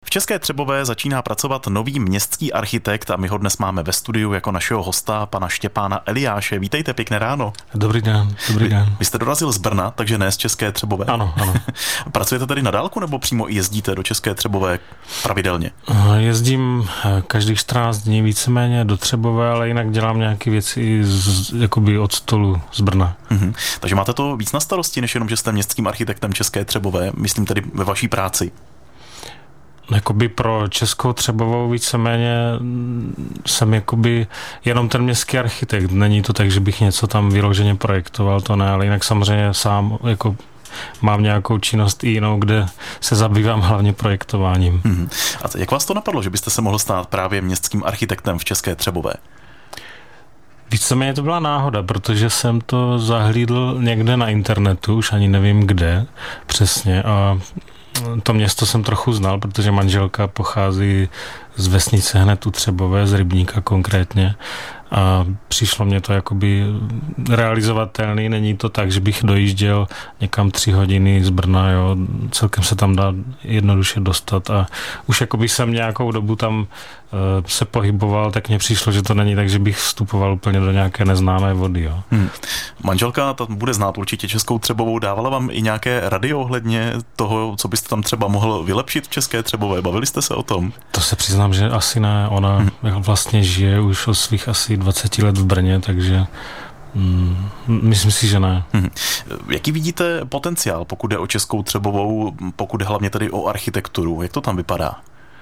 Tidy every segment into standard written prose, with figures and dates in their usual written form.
V České Třebové začíná pracovat nový městský architekt a my ho dnes máme ve studiu jako našeho hosta, pana Štěpána Eliáše. Vítejte, pěkné ráno. Dobrý den, dobrý den. Vy jste dorazil z Brna, takže ne z České Třebové. Ano, ano. Pracujete tady na dálku nebo přímo jezdíte do České Třebové pravidelně? Jezdím každých 14 dní víceméně do Třebové, ale jinak dělám nějaké věci jakoby od stolu z Brna. Takže máte to víc na starosti, než jenom, že jste městským architektem České Třebové, myslím tedy ve vaší práci. Jakoby pro Českou Třebovou víceméně jsem jakoby jenom ten městský architekt. Není to tak, že bych něco tam vyloženě projektoval, to ne, ale jinak samozřejmě sám jako mám nějakou činnost i jinou, kde se zabývám hlavně projektováním. A jak vás to napadlo, že byste se mohl stát právě městským architektem v České Třebové? Víceméně to byla náhoda, protože jsem to zahlídl někde na internetu, už ani nevím kde přesně, a to město jsem trochu znal, protože manželka pochází z vesnice hned u Třebové, z Rybníka konkrétně, a přišlo mě to jakoby realizovatelný. Není to tak, že bych dojížděl někam 3 hodiny z Brna, jo. Celkem se tam dá jednoduše dostat a už jakoby jsem nějakou dobu tam se pohyboval, tak mně přišlo, že to není tak, že bych vstupoval úplně do nějaké neznámé vody, jo. Manželka ta bude znát určitě Českou Třebovou, dávala vám i nějaké rady ohledně toho, co byste tam třeba mohl vylepšit v České Třebové? Bavili jste se o tom? To se přiznám, že asi ne. Ona vlastně žije už od svých asi 20 let v Brně, takže myslím si, že ne. Jaký vidíte potenciál, pokud jde o Českou Třebovou, pokud jde hlavně tedy o architekturu? Jak to tam vypadá?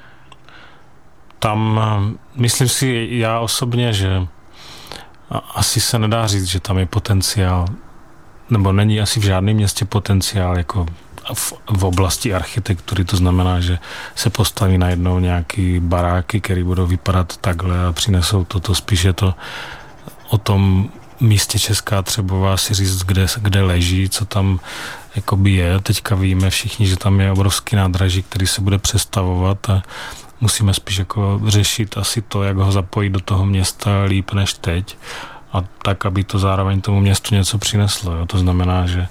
Tam myslím si já osobně, že asi se nedá říct, že tam je potenciál, nebo není asi v žádném městě potenciál jako v oblasti architektury, to znamená, že se postaví najednou nějaký baráky, které budou vypadat takhle a přinesou toto. Spíš je to o tom místě Česká Třebová si říct, kde leží, co tam jakoby je. Teďka víme všichni, že tam je obrovský nádraží, který se bude přestavovat a musíme spíš jako řešit asi to, jak ho zapojit do toho města líp než teď a tak, aby to zároveň tomu městu něco přineslo. Jo. To znamená, že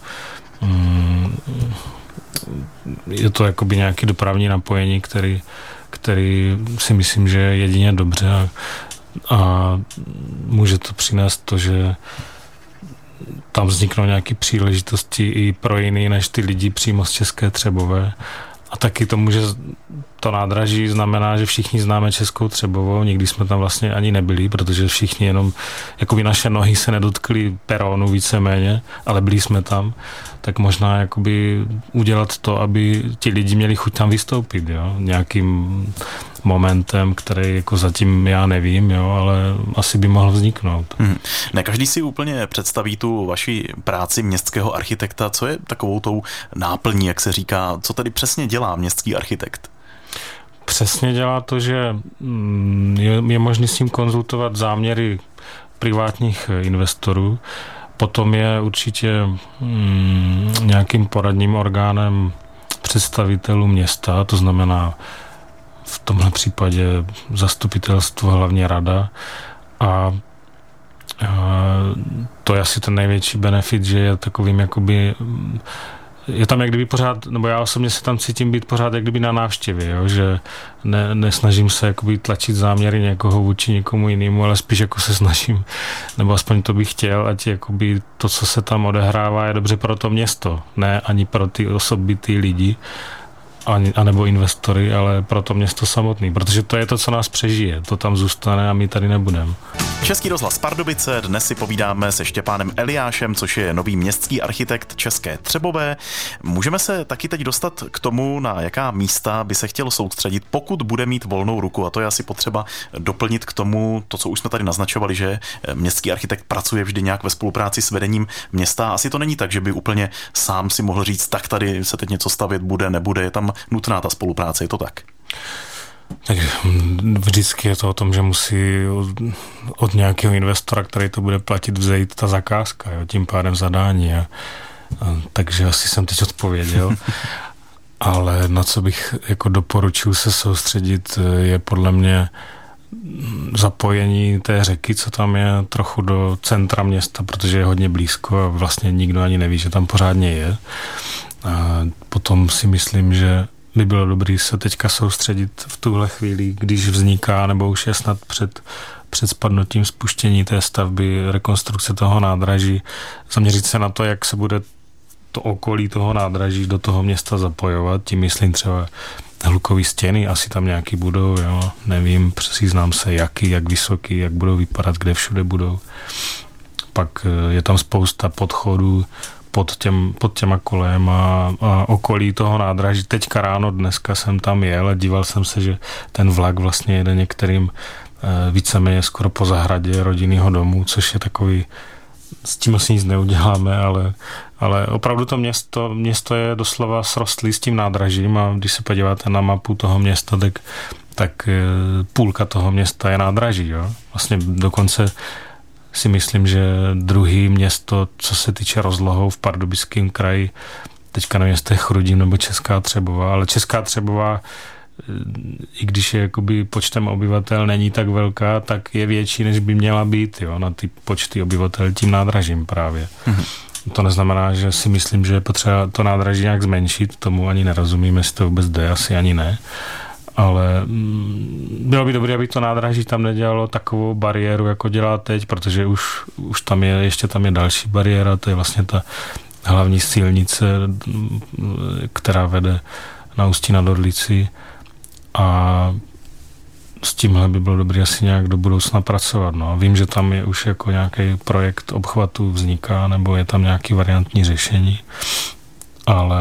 je to jakoby nějaký dopravní napojení, který si myslím, že je jedině dobře a může to přinést to, že tam vzniknou nějaké příležitosti i pro jiný než ty lidi přímo z České Třebové. A taky to může, to nádraží znamená, že všichni známe Českou Třebovou, nikdy jsme tam vlastně ani nebyli, protože všichni jenom, jakoby naše nohy se nedotkly peronu víceméně, ale byli jsme tam, tak možná jakoby udělat to, aby ti lidi měli chuť tam vystoupit, jo, nějakým momentem, který jako zatím já nevím, jo, ale asi by mohl vzniknout. Ne každý si úplně představí tu vaši práci městského architekta. Co je takovou tou náplní, jak se říká, co tedy přesně dělá městský architekt? Přesně dělá to, že je možné s ním konzultovat záměry privátních investorů, potom je určitě nějakým poradním orgánem představitelů města, to znamená v tomhle případě zastupitelstvo, hlavně rada, a to je asi ten největší benefit, že je takovým jakoby, je tam jak kdyby pořád, nebo já osobně se tam cítím být pořád jak kdyby na návštěvě, jo? Že nesnažím se jakoby tlačit záměry někoho vůči někomu jinému, ale spíš jako se snažím, nebo aspoň to bych chtěl, ať jakoby to, co se tam odehrává, je dobře pro to město, ne ani pro ty osobitý lidi, anebo investory, ale pro to město samotný, protože to je to, co nás přežije, to tam zůstane a my tady nebudeme. Český rozhlas Pardubice, dnes si povídáme se Štěpánem Eliášem, což je nový městský architekt České Třebové. Můžeme se taky teď dostat k tomu, na jaká místa by se chtěl soustředit, pokud bude mít volnou ruku, a to je asi potřeba doplnit k tomu, to, co už jsme tady naznačovali, že městský architekt pracuje vždy nějak ve spolupráci s vedením města. Asi to není tak, že by úplně sám si mohl říct, tak tady se teď něco stavět bude, nebude, je tam nutná ta spolupráce, je to tak? Tak vždycky je to o tom, že musí od nějakého investora, který to bude platit, vzejít ta zakázka, jo, tím pádem zadání. Takže asi jsem teď odpověděl. Ale na co bych jako doporučil se soustředit, je podle mě zapojení té řeky, co tam je, trochu do centra města, protože je hodně blízko a vlastně nikdo ani neví, že tam pořádně je. A potom si myslím, že by bylo dobré se teďka soustředit v tuhle chvíli, když vzniká, nebo už je snad před spadnutím spuštění té stavby, rekonstrukce toho nádraží, zaměřit se na to, jak se bude to okolí toho nádraží do toho města zapojovat, tím myslím třeba hlukový stěny, asi tam nějaký budou, jo, nevím, přiznám se, jaký, jak vysoký, jak budou vypadat, kde všude budou. Pak je tam spousta podchodů pod těma kolem a okolí toho nádraží. Teďka ráno, dneska jsem tam jel a díval jsem se, že ten vlak vlastně jede některým víceméně skoro po zahradě rodinného domu, což je takový, s tím asi nic neuděláme, ale opravdu to město je doslova srostlý s tím nádražím a když se podíváte na mapu toho města, tak půlka toho města je nádraží. Jo? Vlastně dokonce si myslím, že druhý město, co se týče rozlohou v Pardubickém kraji, teďka nevím, jestli je Chrudim nebo Česká Třebová, ale Česká Třebová, i když je jakoby počtem obyvatel není tak velká, tak je větší, než by měla být, jo, na ty počty obyvatel tím nádražím právě. To neznamená, že si myslím, že je potřeba to nádraží nějak zmenšit, tomu ani nerozumím, jestli to vůbec jde, asi ani ne. Ale bylo by dobré, aby to nádraží tam nedělalo takovou bariéru, jako dělá teď, protože už tam je, ještě tam je další bariéra, to je vlastně ta hlavní silnice, která vede na Ústí nad Orlicí a s tímhle by bylo dobré asi nějak do budoucna pracovat. No. Vím, že tam je už jako nějaký projekt obchvatu vzniká, nebo je tam nějaký variantní řešení, ale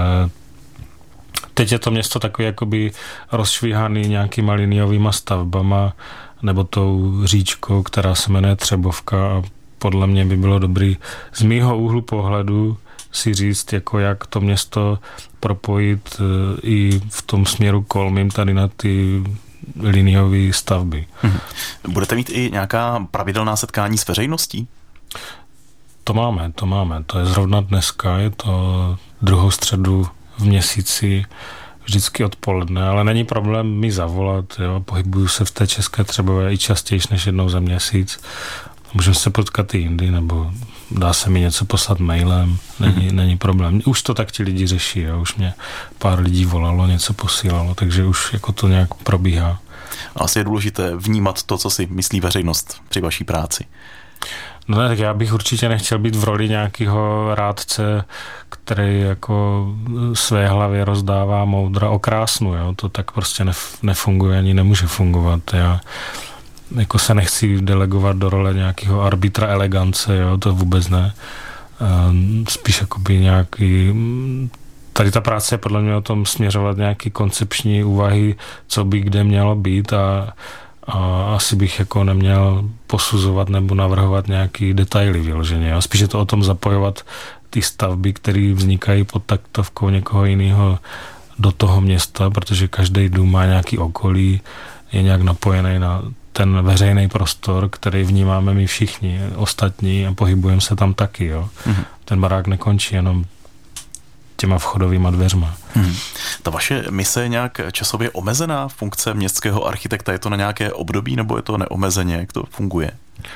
teď je to město takový jakoby rozšvíhaný nějakýma liniovýma stavbama nebo tou říčkou, která se jmenuje Třebovka a podle mě by bylo dobrý z mýho úhlu pohledu si říct, jako jak to město propojit i v tom směru kolmým tady na ty liniové stavby. Budete mít i nějaká pravidelná setkání s veřejností? To máme. To je zrovna dneska, je to druhou středu v měsíci, vždycky odpoledne, ale není problém mi zavolat, jo? Pohybuju se v té České Třebové i častěji než jednou za měsíc. Můžeme se potkat i jindy, nebo dá se mi něco poslat mailem, není problém. Už to tak ti lidi řeší, jo? Už mě pár lidí volalo, něco posílalo, takže už jako to nějak probíhá. Asi je důležité vnímat to, co si myslí veřejnost při vaší práci. No ne, tak já bych určitě nechtěl být v roli nějakého rádce, který jako své hlavě rozdává moudra o krásnu, jo? To tak prostě nefunguje, ani nemůže fungovat. Já jako se nechci delegovat do role nějakého arbitra elegance, jo? To vůbec ne. Spíš jakoby nějaký... Tady ta práce je podle mě o tom směřovat nějaký koncepční úvahy, co by kde mělo být a asi bych jako neměl posuzovat nebo navrhovat nějaký detaily vyloženě. A spíš je to o tom zapojovat ty stavby, které vznikají pod taktovkou někoho jiného do toho města, protože každý dům má nějaký okolí, je nějak napojený na ten veřejný prostor, který vnímáme my všichni, ostatní a pohybujeme se tam taky. Jo. Ten barák nekončí jenom těma vchodovýma dveřma. Ta vaše mise je nějak časově omezená, funkce městského architekta? Je to na nějaké období, nebo je to neomezeně? Jak to funguje?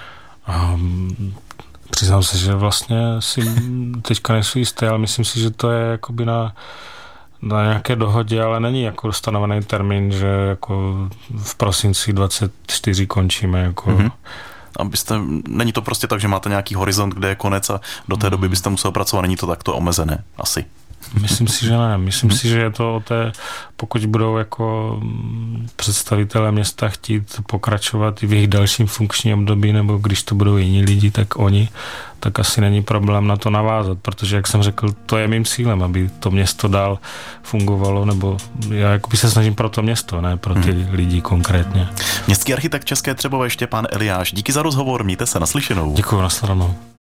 Přiznám se, že vlastně si teďka nejsou jistý, ale myslím si, že to je jakoby na nějaké dohodě, ale není jako stanovený termín, že jako v prosinci 24 končíme. Jako. Není to prostě tak, že máte nějaký horizont, kde je konec a do té doby byste musel pracovat, není to takto omezené asi? Myslím si, že ne. Myslím si, že je to o té, pokud budou jako představitelé města chtít pokračovat i v jejich dalším funkčním období, nebo když to budou jiní lidi, tak asi není problém na to navázat, protože, jak jsem řekl, to je mým cílem, aby to město dál fungovalo, nebo já jakoby se snažím pro to město, ne pro ty lidi konkrétně. Městský architekt České Třebové Štěpán Eliáš, díky za rozhovor, mějte se, naslyšenou. Děkuji, nashledanou.